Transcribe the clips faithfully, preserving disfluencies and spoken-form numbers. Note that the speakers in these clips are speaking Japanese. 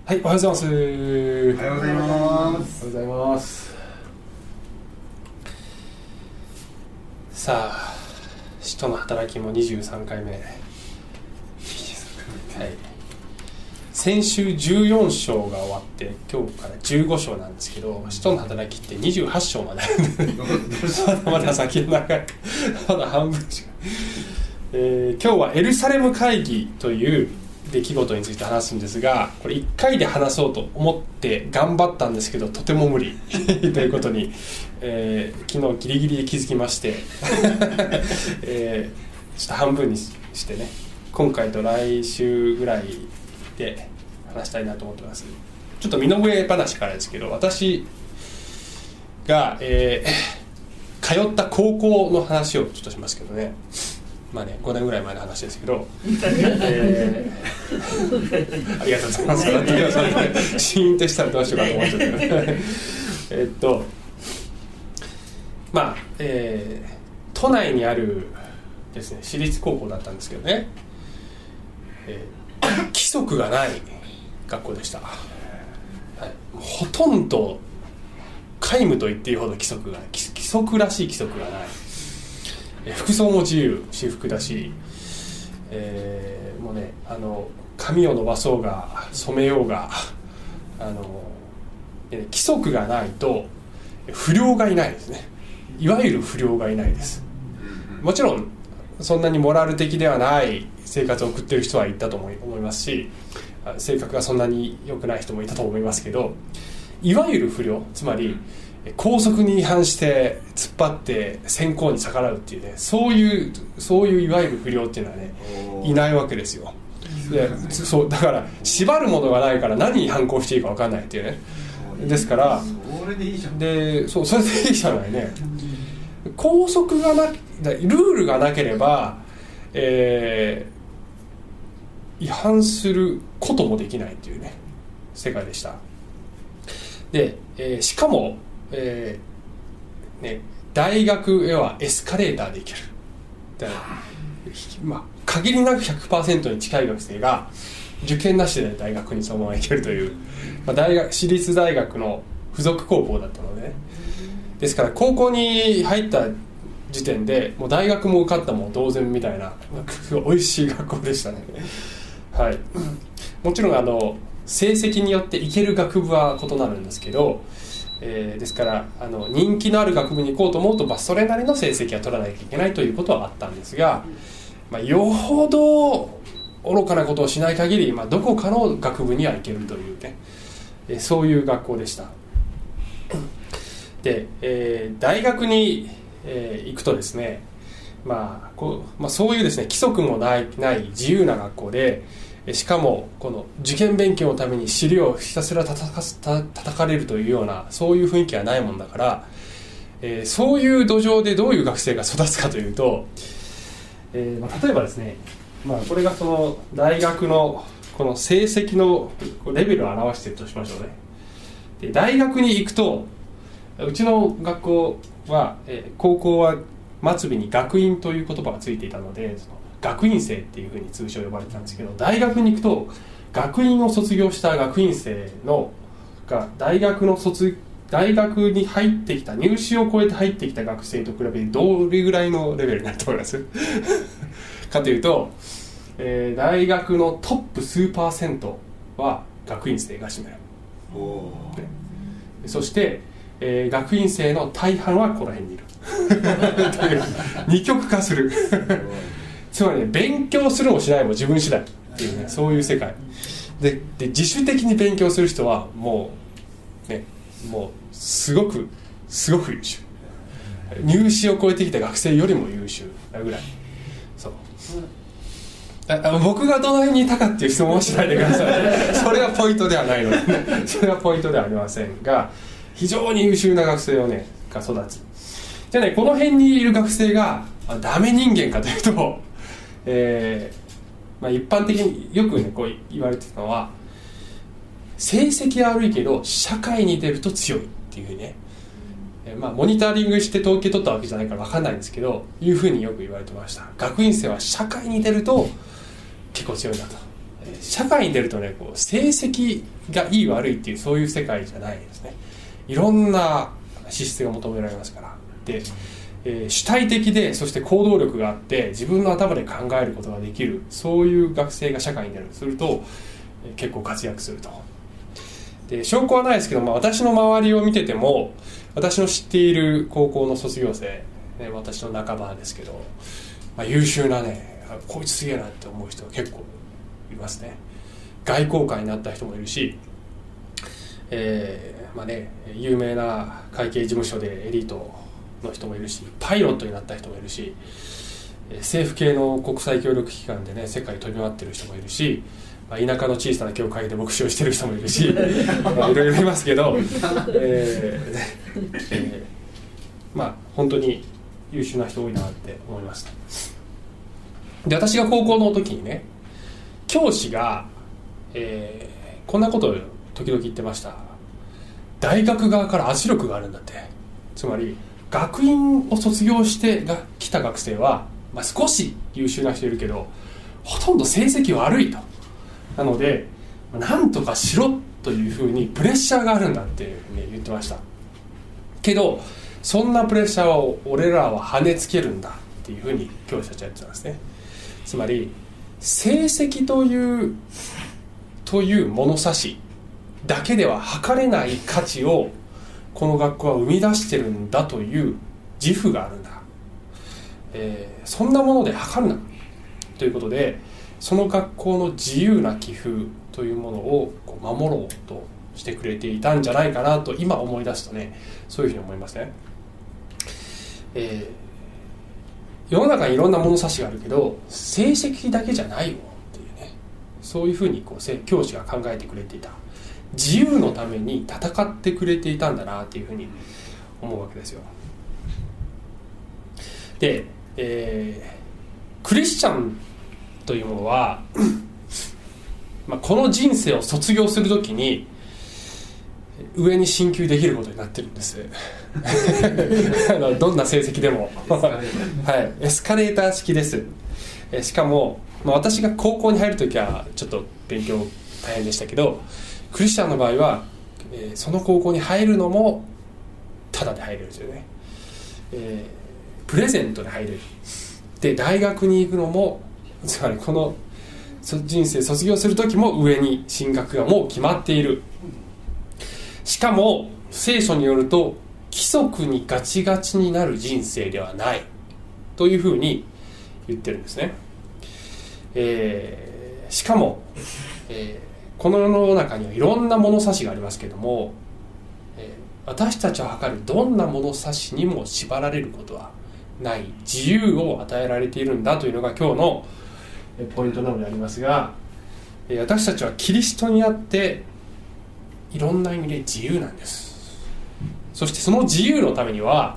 はい、おはようございます。おはようございます。 おはようございます。さあ、使徒の働きもにじゅうさんかいめ。はい、先週じゅうよん章が終わって今日からじゅうご章なんですけど、使徒の働きってにじゅうはち章まであるんでまだまだ先の長いまだ半分しか、えー、今日はエルサレム会議という出来事について話すんですが、これいっかいで話そうと思って頑張ったんですけどとても無理ということに、えー、昨日ギリギリで気づきまして、えー、ちょっと半分にしてね、今回と来週ぐらいで話したいなと思ってます。ちょっと身の上話からですけど、私が、えー、通った高校の話をちょっとしますけどね、まあね、ごねんぐらい前の話ですけど、えー、ありがとうございます。笑ってください。シーンとしたらどうしようかと思っちゃったえっとまあ、えー、都内にあるですね、私立高校だったんですけどね、えー、規則がない学校でした、はい、ほとんど皆無と言っていいほど規則がない、規則らしい規則がない。服装も自由、私服だし、えー、もうね、あの髪を伸ばそうが染めようが、あの規則がないと不良がいないですね。いわゆる不良がいないです。もちろんそんなにモラル的ではない生活を送っている人はいたと思いますし、性格がそんなに良くない人もいたと思いますけど、いわゆる不良、つまり校則に違反して突っ張って先行に逆らうっていうね、そういうそういういわゆる不良っていうのはね、いないわけですよ。で、そうだから縛るものがないから何に反抗していいか分かんないっていうね。ですからそれでいいじゃん。 で、そう、それでいいじゃないね。校則がな、ルールがなければ、えー、違反することもできないっていうね世界でした。で、えー、しかもえーね、大学へはエスカレーターで行ける。だから、まあ、限りなく ひゃくパーセント に近い学生が受験なしで大学にそのまま行けるという、まあ、大学私立大学の付属高校だったので、ね、ですから高校に入った時点でもう大学も受かったも同然みたいな美味しい学校でしたね。はい、もちろんあの成績によって行ける学部は異なるんですけど、えー、ですからあの人気のある学部に行こうと思うと、まあ、それなりの成績は取らなきゃいけないということはあったんですが、まあ、よほど愚かなことをしない限り、まあ、どこかの学部には行けるというね、えー、そういう学校でした。で、えー、大学に、えー、行くとですね、まあこうまあ、そういうですね規則もない、ない自由な学校で、しかもこの受験勉強のために尻をひたすら叩かすた叩かれるというようなそういう雰囲気はないもんだから、えー、そういう土壌でどういう学生が育つかというと、えーまあ、例えばですね、まあ、これがその大学のこの成績のレベルを表しているとしましょうね。で、大学に行くと、うちの学校は、えー、高校は末尾に学院という言葉がついていたので、その学院生っていうふうに通称呼ばれてたんですけど、大学に行くと学院を卒業した学院生のが大学の卒大学に入ってきた入試を超えて入ってきた学生と比べてどれぐらいのレベルになると思いますかというと、えー、大学のトップ数パーセントは学院生が占める。おー。そして、えー、学院生の大半はこの辺にいるという二極化するつまり、ね、勉強するもしないも自分次第っていうね、そういう世界 で, で自主的に勉強する人はもうね、もうすごくすごく優秀、入試を超えてきた学生よりも優秀なぐらい。そう、あ僕がどの辺にいたかっていう質問をしないでくださいそれはポイントではないので、ね、それはポイントではありませんが、非常に優秀な学生をねが育つ。じゃあね、この辺にいる学生がダメ人間かというと、えーまあ、一般的によく、ね、こう言われてたのは、成績は悪いけど社会に出ると強いっていうふうにね、えーまあ、モニタリングして統計取ったわけじゃないから分かんないんですけど、いうふうによく言われてました。学院生は社会に出ると結構強いんだと、えー、 社会に出るとねこう成績がいい悪いっていうそういう世界じゃないですね。いろんな資質が求められますから。で、えー、主体的でそして行動力があって自分の頭で考えることができるそういう学生が社会に出るとすると、えー、結構活躍すると。で証拠はないですけど、まあ、私の周りを見てても私の知っている高校の卒業生、ね、私の仲間ですけど、まあ、優秀なねこいつすげえなって思う人が結構いますね。外交官になった人もいるし、えーまあね、有名な会計事務所でエリートの人もいるし、パイロットになった人もいるし、政府系の国際協力機関でね世界飛び回ってる人もいるし、まあ、田舎の小さな教会で牧師をしてる人もいるしまあいろいろいますけど、えーえー、まあ本当に優秀な人多いなって思いました。で私が高校の時にね教師が、えー、こんなことを時々言ってました。大学側から圧力があるんだって。つまり学院を卒業してが来た学生は、まあ、少し優秀な人いるけどほとんど成績悪いと。なのでなんとかしろというふうにプレッシャーがあるんだって、ね、言ってましたけど、そんなプレッシャーを俺らは跳ねつけるんだっていうふうに教師たちは言ってたんですね。つまり成績というという物差しだけでは測れない価値をこの学校は生み出してるんだという自負があるんだ、えー、そんなもので測るなということで、その学校の自由な気風というものをこう守ろうとしてくれていたんじゃないかなと今思い出すとね、そういうふうに思いますね。えー、世の中にいろんな物差しがあるけど成績だけじゃないよっていうね、そういうふうにこう教師が考えてくれていた。自由のために戦ってくれていたんだなっていうふうに思うわけですよ。で、えー、クリスチャンというものはまあこの人生を卒業するときに上に進級できることになってるんですどんな成績でもはい、エスカレーター式です。えしかも、まあ、私が高校に入るときはちょっと勉強大変でしたけど、クリスチャンの場合は、えー、その高校に入るのもタダで入れるんですよね、えー、プレゼントで入れる。で大学に行くのも、つまりこの人生卒業する時も上に進学がもう決まっている。しかも聖書によると規則にガチガチになる人生ではないというふうに言ってるんですね、えー、しかも、えーこの世の中にはいろんな物差しがありますけれども、えー、私たちを測るどんな物差しにも縛られることはない自由を与えられているんだというのが今日のポイントなのでありますが、えー、私たちはキリストにあっていろんな意味で自由なんです。そしてその自由のためには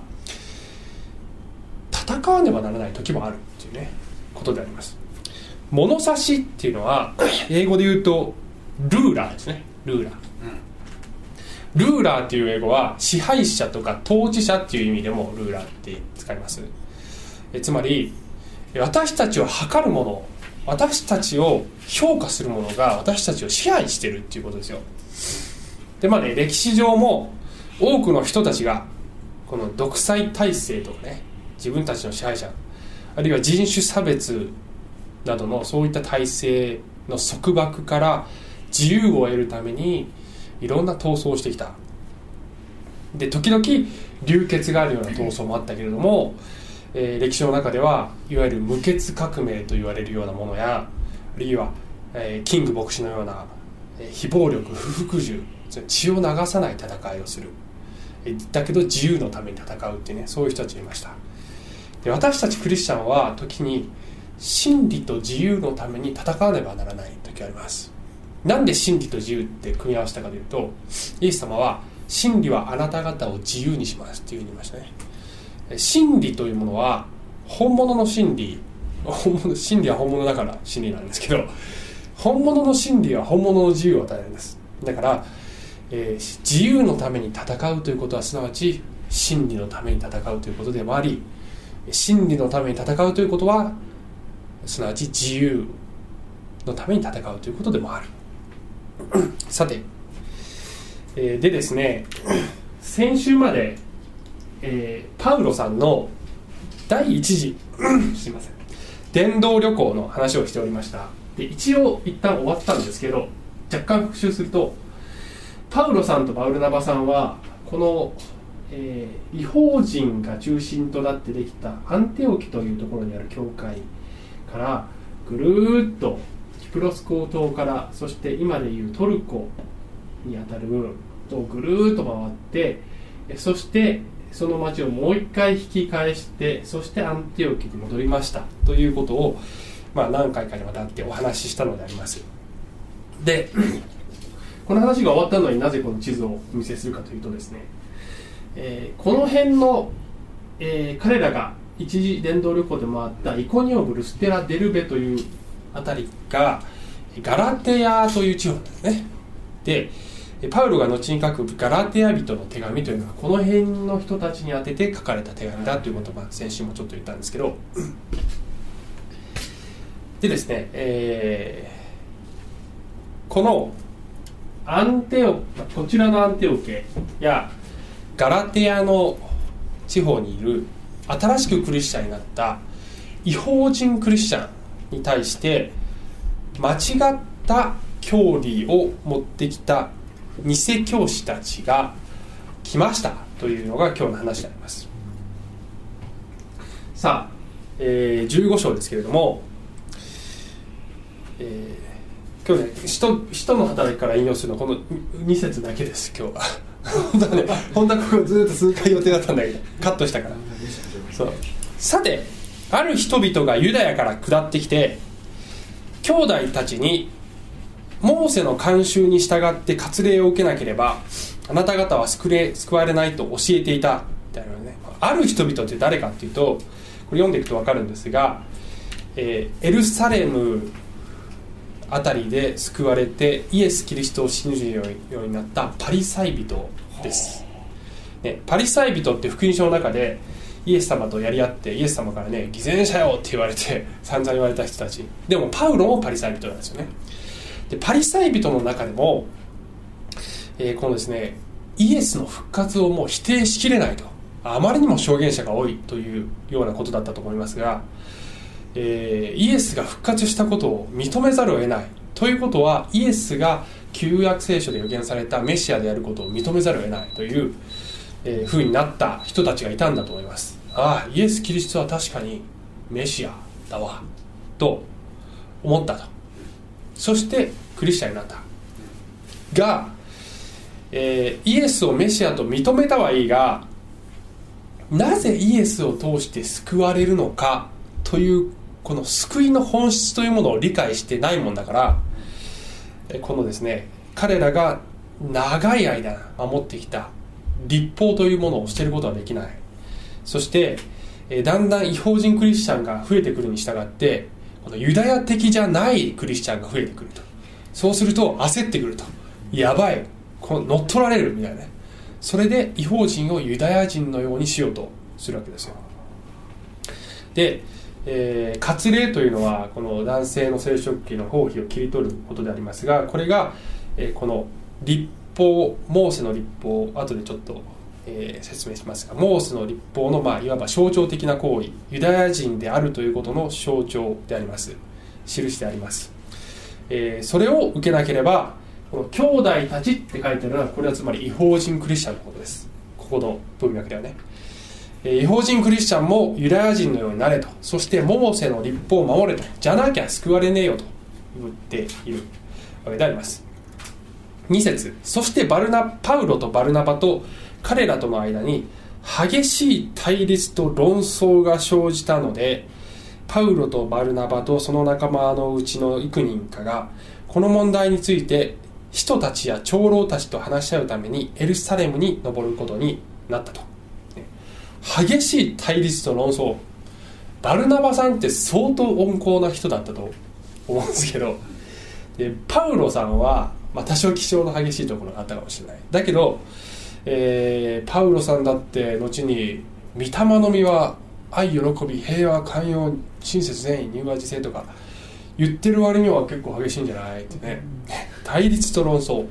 戦わねばならない時もあるというねことであります。物差しっていうのは英語で言うとルーラーですね。ルーラー、うん、ルーラーっていう英語は支配者とか統治者っていう意味でもルーラーって使います。えつまり私たちを測るもの、私たちを評価するものが私たちを支配してるっていうことですよ。でまあね、歴史上も多くの人たちがこの独裁体制とかね、自分たちの支配者、あるいは人種差別などのそういった体制の束縛から自由を得るためにいろんな闘争をしてきた。で時々流血があるような闘争もあったけれども、えー、歴史の中ではいわゆる無血革命と言われるようなものや、あるいは、えー、キング牧師のような、えー、非暴力不服従、血を流さない戦いをする、えー、だけど自由のために戦うっていうね、そういう人たちがいました。で私たちクリスチャンは時に真理と自由のために戦わねばならない時があります。なんで真理と自由って組み合わせたかというと、イエス様は真理はあなた方を自由にしますっていうふうに言いましたね。真理というものは本物の真理、本物真理は本物だから真理なんですけど、本物の真理は本物の自由を与えるんです。だから、えー、自由のために戦うということはすなわち真理のために戦うということでもあり、真理のために戦うということはすなわち自由のために戦うということでもある。さて、えー、でですね、先週まで、えー、パウロさんの第一次すいません伝道旅行の話をしておりました。で一応一旦終わったんですけど、若干復習すると、パウロさんとバルナバさんはこの、えー、異邦人が中心となってできたアンテオキというところにある教会からぐるーっとキプロス港島から、そして今でいうトルコにあたる部分とぐるーっと回って、そしてその町をもう一回引き返して、そしてアンテオキに戻りましたということを、まあ、何回かにわたってお話ししたのであります。でこの話が終わったのになぜこの地図をお見せするかというとですね、えー、この辺の、えー、彼らが一時伝道旅行で回ったイコニオム、ルステラ、デルベというあたりがガラテアという地方なんですね。でパウロが後に書くガラテア人の手紙というのはこの辺の人たちに宛てて書かれた手紙だということを、まあ、先週もちょっと言ったんですけど、でですね、えー、このアンテオこちらのアンテオケやガラテアの地方にいる新しくクリスチャンになった異邦人クリスチャンに対して間違った教理を持ってきた偽教師たちが来ましたというのが今日の話であります。さあ、えー、じゅうご章ですけれども、えー、今日ね使徒、使徒の働きから引用するのはこのに節だけです。今日は本当はね本当はここずっと数回予定だったんだけどカットしたから。そうさて、ある人々がユダヤから下ってきて兄弟たちにモーセの慣習に従って割礼を受けなければあなた方は救れ救われないと教えていたみたいなね。ある人々って誰かっていうと、これ読んでいくと分かるんですが、えー、エルサレムあたりで救われてイエス・キリストを信じるようになったパリサイ人です、ね、パリサイ人って福音書の中でイエス様とやり合ってイエス様からね偽善者よって言われて散々言われた人たちでもパウロもパリサイ人なんですよね。でパリサイ人の中でも、えー、このですねイエスの復活をもう否定しきれないと、あまりにも証言者が多いというようなことだったと思いますが、えー、イエスが復活したことを認めざるを得ないということは、イエスが旧約聖書で予言されたメシアであることを認めざるを得ないという、えー、風になった人たちがいたんだと思います。ああ、イエス・キリストは確かにメシアだわと思ったと。そしてクリスチャンになったが、えー、イエスをメシアと認めたはいいが、なぜイエスを通して救われるのかというこの救いの本質というものを理解してないもんだから、このですね彼らが長い間守ってきた律法というものを捨てることはできない。そしてだんだん異邦人クリスチャンが増えてくるに従って、このユダヤ的じゃないクリスチャンが増えてくると。そうすると焦ってくると、やばい、この乗っ取られるみたいなね。それで異邦人をユダヤ人のようにしようとするわけですよ。で、えー、割礼というのはこの男性の生殖器の包皮を切り取ることでありますが、これが、えー、この律法、モーセの律法、後でちょっと、えー、説明しますが、モーセの律法の、まあ、いわば象徴的な行為、ユダヤ人であるということの象徴であります、印であります、えー、それを受けなければ、この兄弟たちって書いてあるのは、これはつまり異邦人クリスチャンのことです。ここの文脈ではね、えー、異邦人クリスチャンもユダヤ人のようになれと、そしてモーセの律法を守れと、じゃなきゃ救われねえよと言っているわけであります。に節、そしてバルナパウロとバルナバと彼らとの間に激しい対立と論争が生じたので、パウロとバルナバとその仲間のうちの幾人かがこの問題について使徒たちや長老たちと話し合うためにエルサレムに登ることになったと。激しい対立と論争、バルナバさんって相当温厚な人だったと思うんですけど、でパウロさんは、まあ、多少気性の激しいところがあったかもしれない。だけど、えー、パウロさんだって後に御霊の実は愛、喜び、平和、寛容、親切、善意、柔和、自制とか言ってる割には結構激しいんじゃないってね、対立と論争、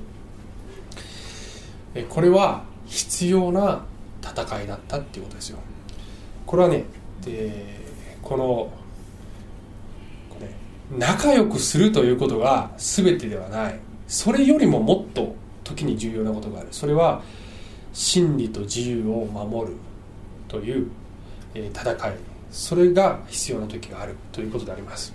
これは必要な戦いだったっていうことですよ。これはね、でこのこれ仲良くするということが全てではない。それよりももっと時に重要なことがある。それは真理と自由を守るという、えー、戦い、それが必要な時があるということであります。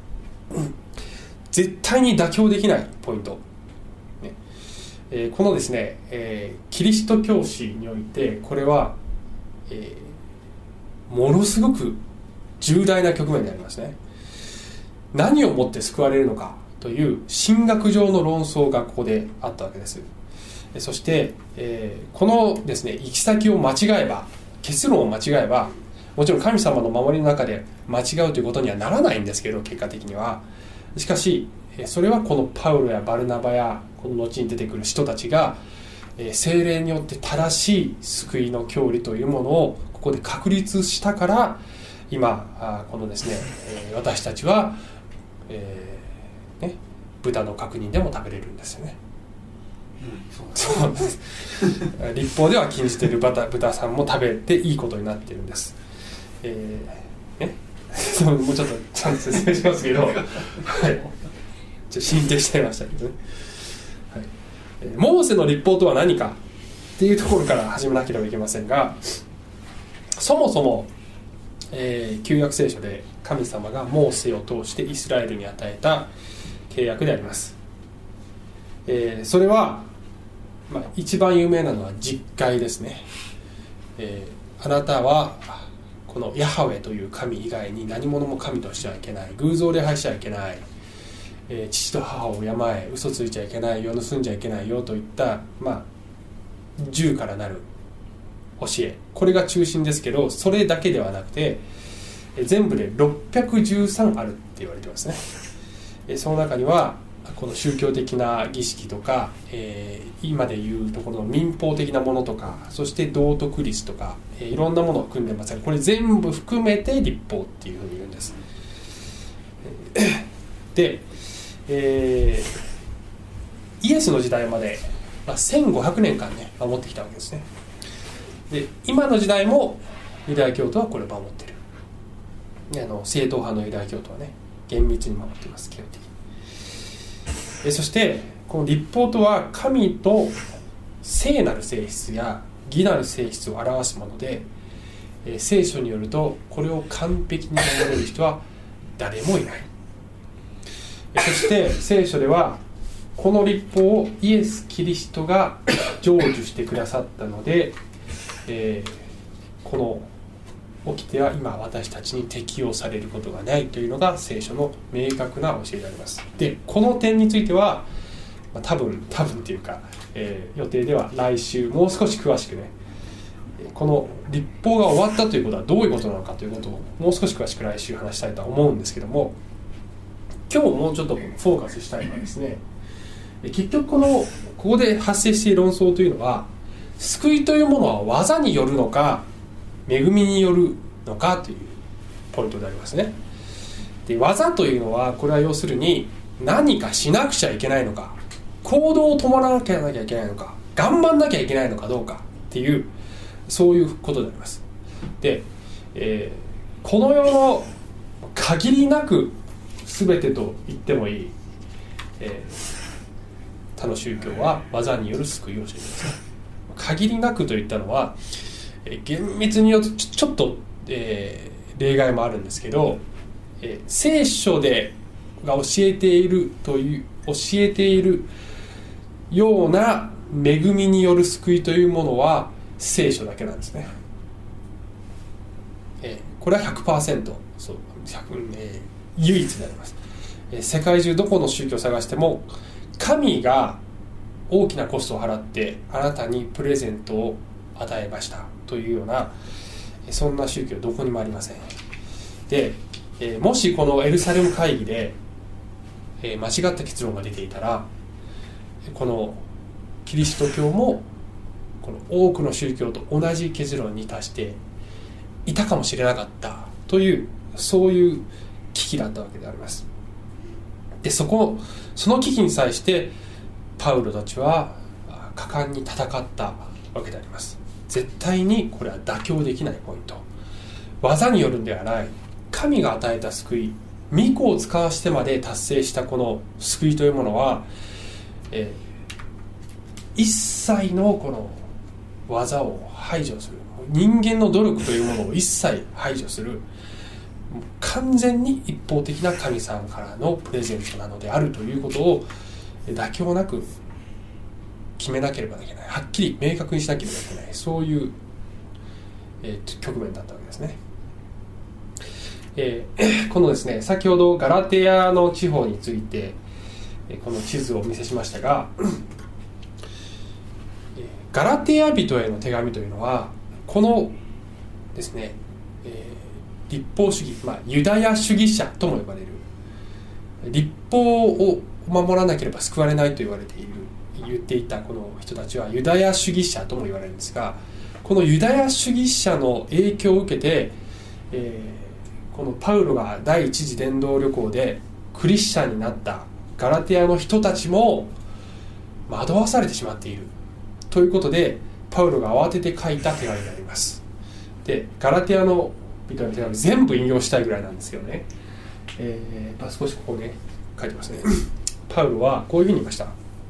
絶対に妥協できないポイント、ねえー、このですね、えー、キリスト教史においてこれは、えー、ものすごく重大な局面でありますね。何をもって救われるのかという神学上の論争がここであったわけです。そして、えー、このですね行き先を間違えば、結論を間違えば、もちろん神様の守りの中で間違うということにはならないんですけど、結果的には。しかしそれはこのパウロやバルナバやこの後に出てくる人たちが聖霊によって正しい救いの教理というものをここで確立したから、今このですね私たちは、えーね、豚の角煮でも食べれるんですよね。そうです。律法では禁じている豚、豚さんも食べていいことになっているんです。えーね、もうちょっとちゃんと説明しますけど、はい、ちょっと進展しちゃいましたけどね、はい、えー、モーセの律法とは何かっていうところから始めなければいけませんが、そもそも、えー、旧約聖書で神様がモーセを通してイスラエルに与えた契約であります。えー、それは、まあ、一番有名なのは十戒ですね。えー、あなたはこのヤハウェという神以外に何者も神としてはいけない、偶像礼拝しちゃいけない、えー、父と母を敬え、嘘ついちゃいけないよ、盗んじゃいけないよといった、まあ、十からなる教え、これが中心ですけど、それだけではなくて、えー、全部でろっぴゃくじゅうさんあるって言われてますね。えー、その中にはこの宗教的な儀式とか、えー、今でいうところの民法的なものとか、そして道徳律とか、えー、いろんなものを組んでますが、これ全部含めて律法っていうふうに言うんです。で、えー、イエスの時代まで、まあ、せんごひゃくねんかんね守ってきたわけですね。で、今の時代もユダヤ教徒はこれを守ってる。あの正統派のユダヤ教徒はね厳密に守っています、基本的に。そしてこの律法とは神と聖なる性質や義なる性質を表すもので、聖書によるとこれを完璧に守れる人は誰もいない。そして聖書ではこの律法をイエス・キリストが成就してくださったので、えー、この掟は今私たちに適用されることがないというのが聖書の明確な教えであります。で、この点については、まあ、多分多分というか、えー、予定では来週もう少し詳しくね、この律法が終わったということはどういうことなのかということをもう少し詳しく来週話したいとは思うんですけども、今日もうちょっとフォーカスしたいのはですね、結局このここで発生している論争というのは、救いというものは技によるのか恵みによるのかというポイントでありますね。で、技というのはこれは要するに何かしなくちゃいけないのか、行動を伴わなきゃいけないのか、頑張んなきゃいけないのかどうかっていう、そういうことであります。で、えー、この世の限りなく全てと言ってもいい、えー、他の宗教は技による救いを教えています。限りなくといったのは厳密に言うとち ょ, ちょっと、えー、例外もあるんですけど、えー、聖書でが教えているという教えているような恵みによる救いというものは聖書だけなんですね。えー、これは ひゃくパーセント そう、えー、唯一であります。えー、世界中どこの宗教を探しても神が大きなコストを払ってあなたにプレゼントを与えましたというような、そんな宗教どこにもありません。で、えー、もしこのエルサレム会議で、えー、間違った結論が出ていたら、このキリスト教もこの多くの宗教と同じ結論に達していたかもしれなかったという、そういう危機だったわけであります。 でそこその危機に際してパウロたちは果敢に戦ったわけであります。絶対にこれは妥協できないポイント、技によるんではない、神が与えた救い、御子を使わしてまで達成したこの救いというものは、えー、一切のこの技を排除する、人間の努力というものを一切排除する、完全に一方的な神様からのプレゼントなのであるということを妥協なく決めなければいけない、はっきり明確にしなければいけない、そういう、えー、局面だったわけですね。えー、このですね、先ほどガラテヤの地方についてこの地図をお見せしましたが、ガラテヤ人への手紙というのはこのですね、えー、立法主義、まあ、ユダヤ主義者とも呼ばれる、立法を守らなければ救われないと言われている言っていたこの人たちはユダヤ主義者とも言われるんですが、このユダヤ主義者の影響を受けて、えー、このパウロが第一次伝道旅行でクリスチャンになったガラテヤの人たちも惑わされてしまっているということで、パウロが慌てて書いた手紙であります。でガラテヤの人の手紙全部引用したいぐらいなんですけどね、えーまあ、少しここね書いてますね。パウロはこういうふうに言いました。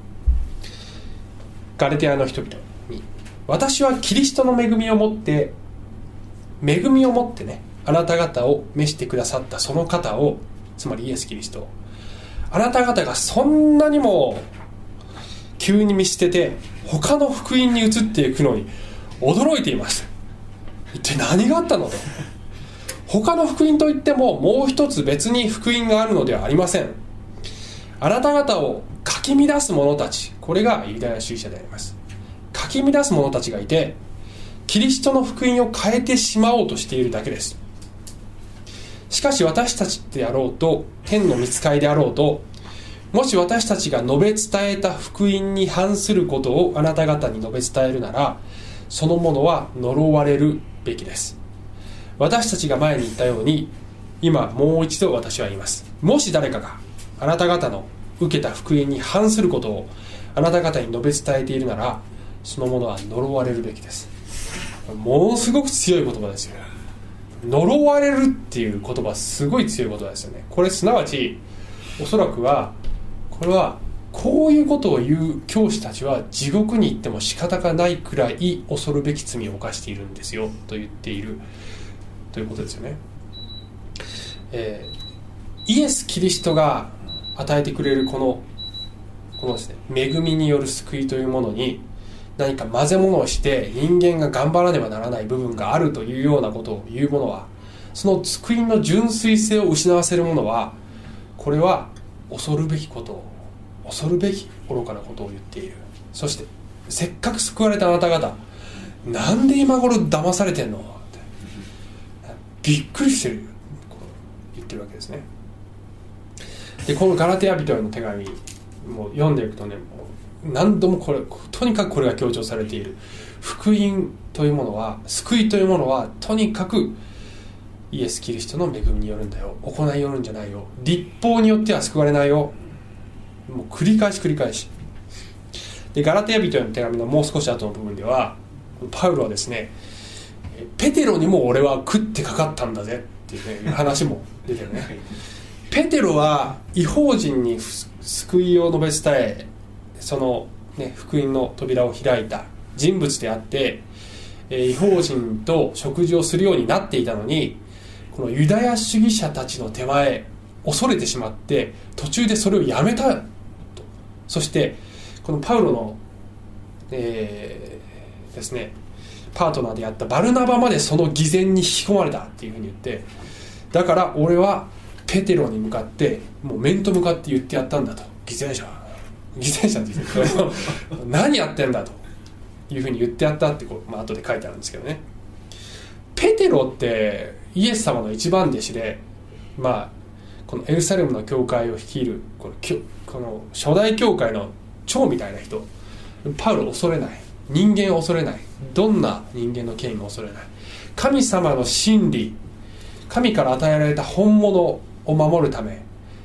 ガラテヤの人々に、私はキリストの恵みを持って恵みを持ってね、あなた方を召してくださったその方を、つまりイエス・キリストを、あなた方がそんなにも急に見捨てて他の福音に移っていくのに驚いていました。一体何があったのと。他の福音といってももう一つ別に福音があるのではありません。あなた方をかき乱す者たち、これがユダヤ主義者であります。かき乱す者たちがいて、キリストの福音を変えてしまおうとしているだけです。しかし私たちであろうと、天の御使いであろうと、もし私たちが述べ伝えた福音に反することをあなた方に述べ伝えるなら、そのものは呪われるべきです。私たちが前に言ったように、今もう一度私は言います。もし誰かがあなた方の受けた福音に反することをあなた方に述べ伝えているなら、そのものは呪われるべきです。ものすごく強い言葉ですよ。呪われるっていう言葉、すごい強い言葉ですよね。これすなわち、おそらくはこれはこういうことを言う教師たちは地獄に行っても仕方がないくらい恐るべき罪を犯しているんですよと言っているということですよね。えー、イエス・キリストが与えてくれるこのこのですね、恵みによる救いというものに何か混ぜ物をして人間が頑張らねばならない部分があるというようなことを言うものは、その救いの純粋性を失わせるものは、これは恐るべきことを、恐るべき愚かなことを言っている。そしてせっかく救われたあなた方、なんで今頃騙されてんのってびっくりしてる言ってるわけですね。でこのガラテヤ人への手紙もう読んでいくとね、もう何度もこれ、とにかくこれが強調されている。福音というものは、救いというものはとにかくイエス・キリストの恵みによるんだよ、行いによるんじゃないよ、立法によっては救われないよ。もう繰り返し繰り返しで、ガラテヤ人への手紙のもう少し後の部分では、パウロはですね、ペテロにも俺は食ってかかったんだぜっていう、ね、話も出てるね。ペテロは異邦人に救いを述べ伝え、その、ね、福音の扉を開いた人物であって、異邦人と食事をするようになっていたのに、このユダヤ主義者たちの手前恐れてしまって途中でそれをやめたと。そしてこのパウロの、えー、ですねパートナーであったバルナバまでその偽善に引き込まれたっていうふうに言って、だから俺はペテロに向かってもう面と向かって言ってやったんだと。偽善者偽善者って言って何やってんだというふうに言ってやったってこう、まあ後で書いてあるんですけどね。ペテロってイエス様の一番弟子で、まあこのエルサレムの教会を率いるこの、この初代教会の長みたいな人。パウロ恐れない、人間を恐れない、どんな人間の権威も恐れない、神様の真理、神から与えられた本物を守るため、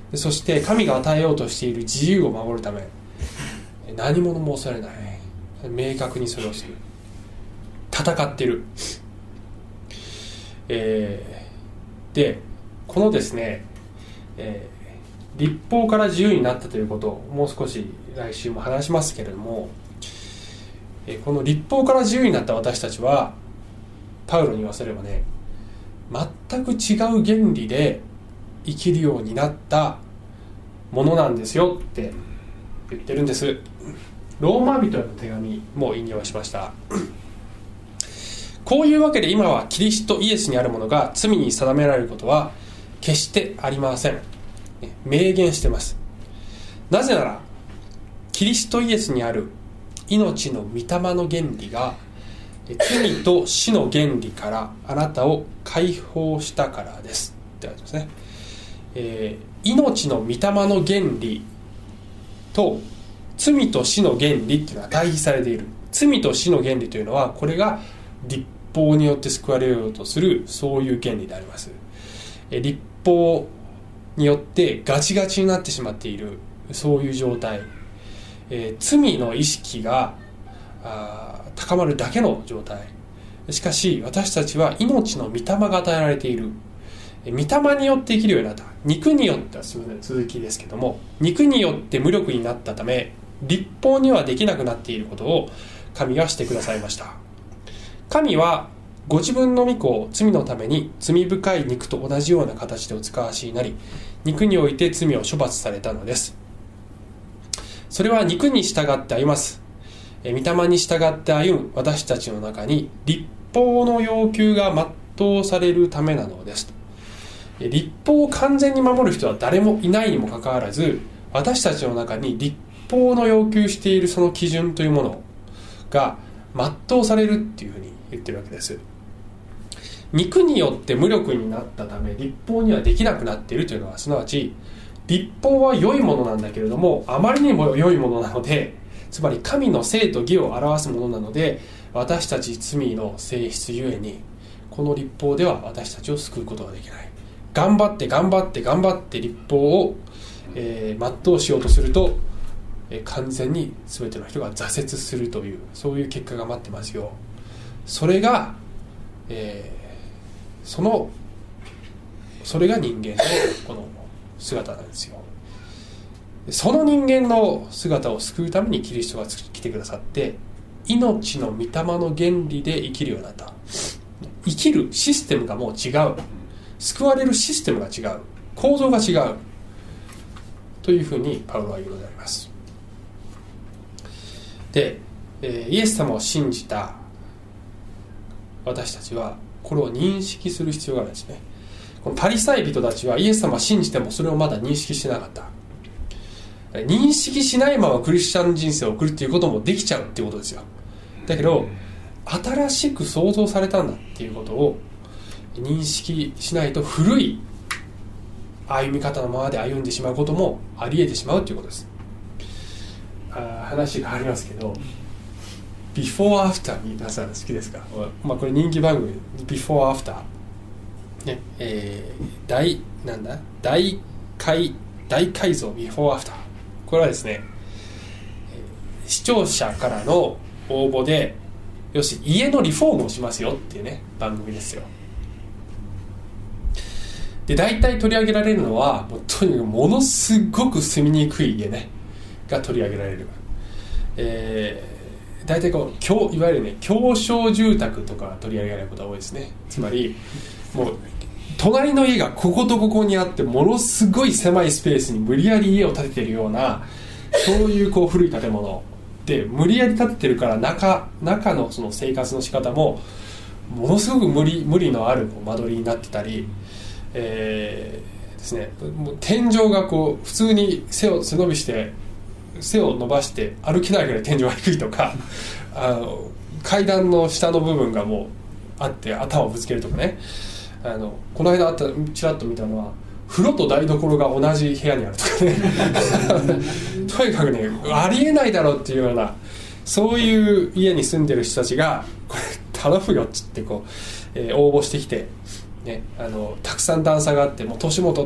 そして神が与えようとしている自由を守るため何者も恐れない、明確にそれをする、戦ってる、えー、でこのですね、えー、律法から自由になったということをもう少し来週も話しますけれども、えー、この律法から自由になった私たちはパウロに言わせればね、全く違う原理で生きるようになったものなんですよって言ってるんです。ローマ人への手紙も引用しました。こういうわけで今はキリストイエスにあるものが罪に定められることは決してありません。明言してます。なぜならキリストイエスにある命の御霊の原理が罪と死の原理からあなたを解放したからですってありますね。えー、命の御霊の原理と罪と死の原理っていうのは対比されている。罪と死の原理というのはこれが律法によって救われようとするそういう原理であります。えー、律法によってガチガチになってしまっているそういう状態、えー、罪の意識があ高まるだけの状態。しかし私たちは命の御霊が与えられている。御霊によって生きるようになった。肉によってはすみません続きですけども、肉によって無力になったため律法にはできなくなっていることを神がしてくださいました。神はご自分の御子を罪のために罪深い肉と同じような形でお使わしになり、肉において罪を処罰されたのです。それは肉に従って歩ます。御霊に従って歩む私たちの中に律法の要求が全うされるためなのです。律法を完全に守る人は誰もいないにもかかわらず、私たちの中に律法の要求しているその基準というものが全うされるっていうふうに言ってるわけです。肉によって無力になったため律法にはできなくなっているというのは、すなわち律法は良いものなんだけれどもあまりにも良いものなので、つまり神の聖と義を表すものなので、私たち罪の性質ゆえにこの律法では私たちを救うことができない。頑張って頑張って頑張って律法を、えー、全うしようとすると、えー、完全に全ての人が挫折するという、そういう結果が待ってますよ。それが、えー、そのそれが人間のこの姿なんですよ。その人間の姿を救うためにキリストが来てくださって、命の御霊の原理で生きるようになった。生きるシステムがもう違う、救われるシステムが違う、構造が違うというふうにパウロは言うのであります。で、えー、イエス様を信じた私たちはこれを認識する必要があるんですね。このパリサイ人たちはイエス様を信じてもそれをまだ認識してなかった。認識しないままクリスチャン人生を送るっていうこともできちゃうっていうことですよ。だけど新しく創造されたんだっていうことを認識しないと、古い歩み方のままで歩んでしまうこともあり得てしまうということです。あ、話が変わりますけど、ビフォーアフター皆さん好きですか？まあ、これ人気番組ビフォーアフターね、えー、大なんだ大改大改造ビフォーアフター、これはですね、視聴者からの応募で、よし家のリフォームをしますよっていうね番組ですよ。で大体取り上げられるのはもうとにかくものすごく住みにくい家ねが取り上げられる。えー、大体こういわゆるね狭小住宅とか取り上げられることが多いですね。つまりもう隣の家がこことここにあって、ものすごい狭いスペースに無理やり家を建てているような、そういうこう古い建物で無理やり建ててるから、中中のその生活の仕方もものすごく無理無理のある間取りになってたり、えー、ですね、もう天井がこう普通に背を背伸びして背を伸ばして歩けないぐらい天井が低いとか、あの階段の下の部分がもうあって頭をぶつけるとかね。あのこの間あったちらっと見たのは、風呂と台所が同じ部屋にあるとかねとにかくねありえないだろうっていうような、そういう家に住んでる人たちがこれ頼むよっつってこう、えー、応募してきて、ね、あのたくさん段差があって、もう年も取っ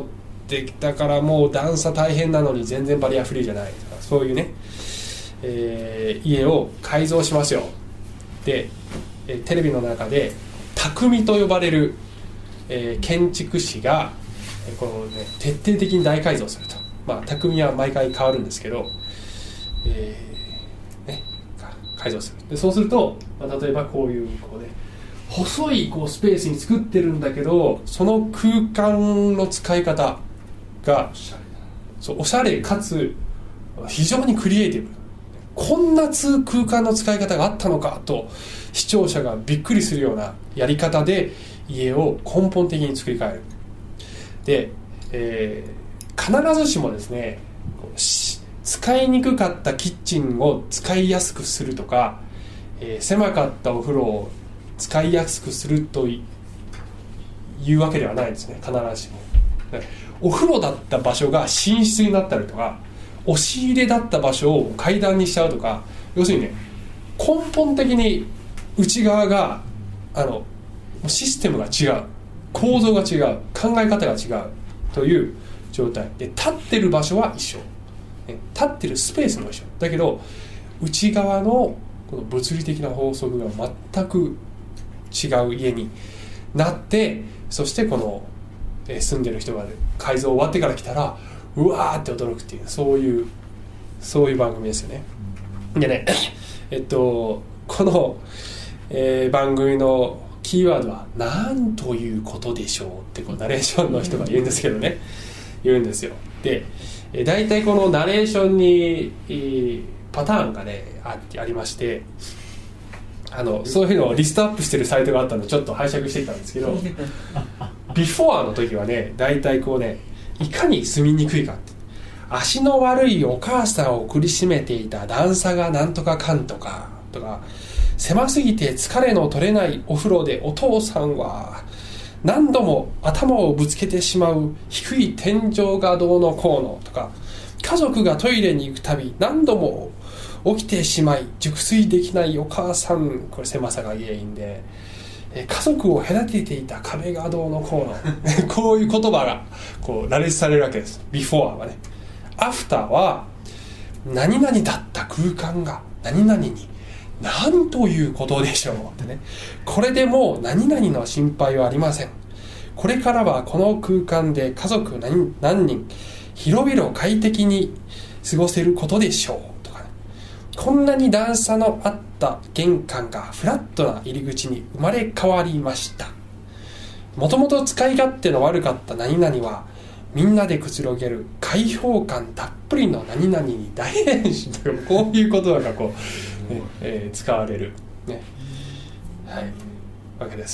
でだからもう段差大変なのに全然バリアフリーじゃないとか、そういうね、えー、家を改造しますよ。でテレビの中で匠と呼ばれる、えー、建築士がこの、ね、徹底的に大改造すると、まあ、匠は毎回変わるんですけど、えーね、改造する。でそうすると、まあ、例えばこういう、こう、ね、細いこうスペースに作ってるんだけど、その空間の使い方がそうおしゃれかつ非常にクリエイティブ、こんな空間の使い方があったのかと視聴者がびっくりするようなやり方で家を根本的に作り変える。で、えー、必ずしもですね、使いにくかったキッチンを使いやすくするとか、えー、狭かったお風呂を使いやすくするというわけではないんですね。必ずしもお風呂だった場所が寝室になったりとか、押し入れだった場所を階段にしちゃうとか、要するにね、根本的に内側があのシステムが違う、構造が違う、考え方が違うという状態で、立ってる場所は一緒、立ってるスペースも一緒だけど、内側のこの物理的な法則が全く違う家になって、そしてこの住んでる人が改造終わってから来たらうわーって驚くっていう、そういうそういう番組ですよね。でね、えっとこの、えー、番組のキーワードはなんということでしょうってこうナレーションの人が言うんですけどね、言うんですよ。で、だいたいこのナレーションに、えー、パターンがね あ, ありまして、あのそういうのをリストアップしてるサイトがあったのでちょっと拝借してきたんですけどビフォーの時はね、だいたいこうね、いかに住みにくいかって、足の悪いお母さんを苦しめていた段差がなんとかかんとかとか、狭すぎて疲れの取れないお風呂でお父さんは何度も頭をぶつけてしまう低い天井がどうのこうのとか、家族がトイレに行くたび何度も起きてしまい熟睡できないお母さん、これ狭さが原因で、家族を隔てていた壁がどうのこうのこういう言葉がこう羅列されるわけです。ビフォーはね。アフターは何々だった空間が何々に何ということでしょうってね。これでもう何々の心配はありません。これからはこの空間で家族 何, 何人広々快適に過ごせることでしょうとかね。こんなに段差のあった玄関がフラットな入り口に生まれ変わりました。もともと使い勝手の悪かった何々はみんなでくつろげる開放感たっぷりの何々に大変身という、こういう言葉がこう、ねえー、使われる、ね、はい、わけです。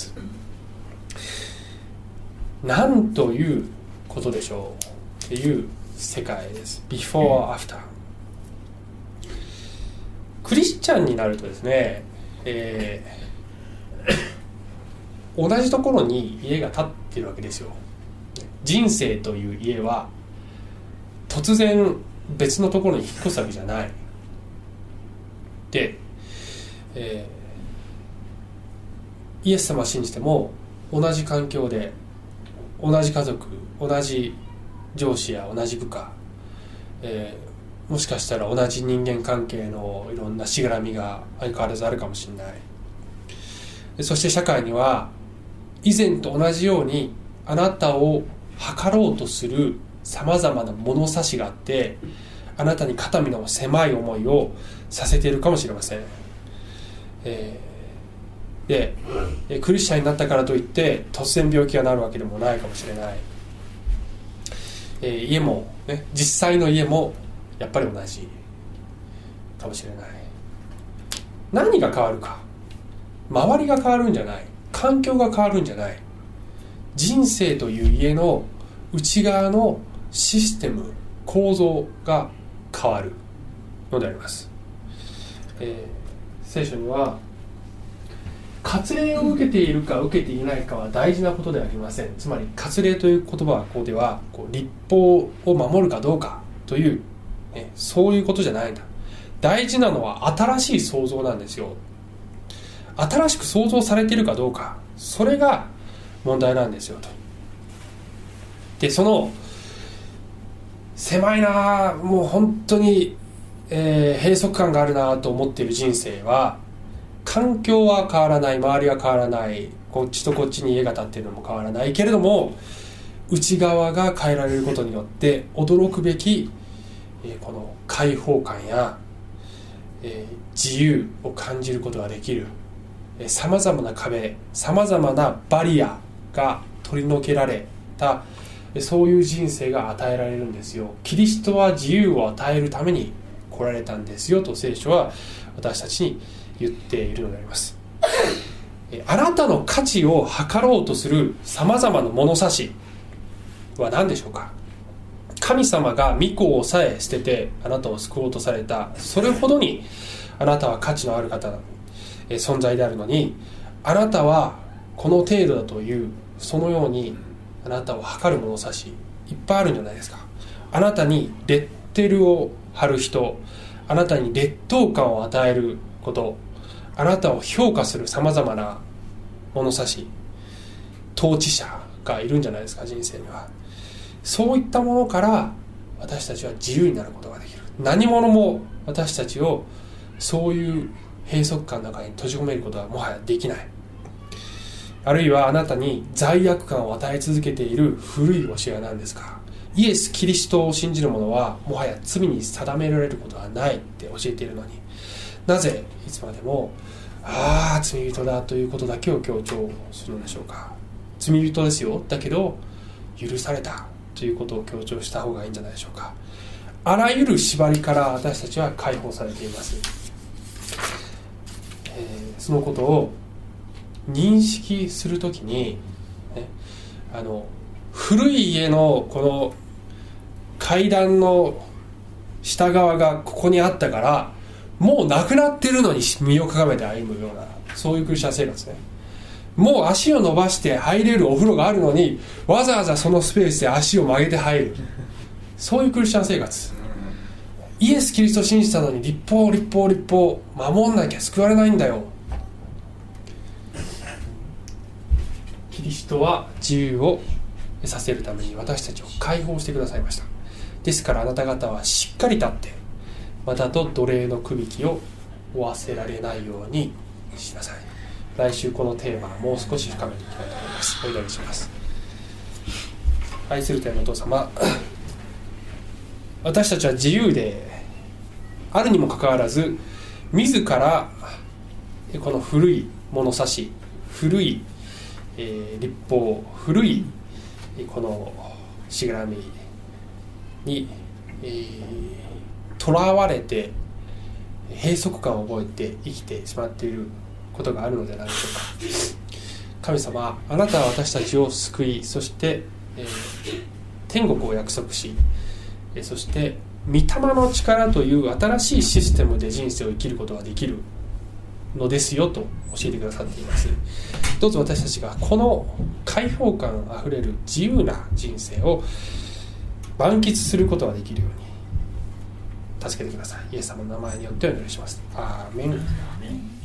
なんということでしょうっていう世界です。 Before After。 クリスチャンになるとですね、えー、同じところに家が建ってるわけですよ。人生という家は突然別のところに引っ越すわけじゃないで、えー、イエス様を信じても同じ環境で同じ家族、同じ上司や同じ部下、えー、もしかしたら同じ人間関係のいろんなしがらみが相変わらずあるかもしれない。そして社会には以前と同じようにあなたを測ろうとするさまざまな物差しがあって、あなたに肩身の狭い思いをさせているかもしれません。えー、でクリスチャンになったからといって突然病気が治るわけでもないかもしれない。えー、家も、ね、実際の家もやっぱり同じかもしれない。何が変わるか、周りが変わるんじゃない、環境が変わるんじゃない、人生という家の内側のシステム、構造が変わるのであります。えー、聖書には割礼を受けているか受けていないかは大事なことではありません。つまり割礼という言葉はここではこう立法を守るかどうかという、ね、そういうことじゃないんだ。大事なのは新しい創造なんですよ。新しく創造されているかどうか、それが問題なんですよと。でその狭いな、もう本当に、えー、閉塞感があるなと思っている人生は、環境は変わらない、周りは変わらない、こっちとこっちに家が建っているのも変わらないけれども、内側が変えられることによって驚くべき、えー、この開放感や、えー、自由を感じることができる、さまざまな壁、さまざまなバリアが取り除けられた、そういう人生が与えられるんですよ。キリストは自由を与えるために来られたんですよと聖書は私たちに言っているのであります。あなたの価値を測ろうとするさまざまな物差しは何でしょうか。神様が御子をさえ捨ててあなたを救おうとされた、それほどにあなたは価値のある方、存在であるのに、あなたはこの程度だという、そのようにあなたを測る物差しいっぱいあるんじゃないですか。あなたにレッテルを貼る人、あなたに劣等感を与えること、あなたを評価するさまざまな物差し、統治者がいるんじゃないですか、人生には。そういったものから私たちは自由になることができる。何者も私たちをそういう閉塞感の中に閉じ込めることはもはやできない。あるいはあなたに罪悪感を与え続けている古い教えは何ですか。イエス・キリストを信じる者はもはや罪に定められることはないって教えているのに、なぜいつまでもああ罪人だということだけを強調するのでしょうか。罪人ですよ、だけど許されたということを強調した方がいいんじゃないでしょうか。あらゆる縛りから私たちは解放されています。えー、そのことを認識するときに、ね、あの古い家のこの階段の下側がここにあったからもうなくなってるのに身をかがめて歩むような、そういうクリスチャン生活ね。もう足を伸ばして入れるお風呂があるのにわざわざそのスペースで足を曲げて入る、そういうクリスチャン生活。イエス・キリストを信じたのに立法立法立法守んなきゃ救われないんだよ。キリストは自由をさせるために私たちを解放してくださいました。ですからあなた方はしっかり立ってまたと奴隷のくびきを負わせられないようにしなさい。来週このテーマをもう少し深めていきたいと思います。お祈りします。愛する天のお父様、私たちは自由であるにもかかわらず自らこの古い物差し、古い、えー、立法、古いこのしがらみにとら、えー、われて閉塞感を覚えて生きてしまっていることがあるのではないでしょうか。神様、あなたは私たちを救い、そして、えー、天国を約束し、えー、そして御霊の力という新しいシステムで人生を生きることができるのですよと教えてくださっています。どうぞ私たちがこの開放感あふれる自由な人生を満喫することができるように助けてください。イエス様の名前によってお祈りします。アーメン。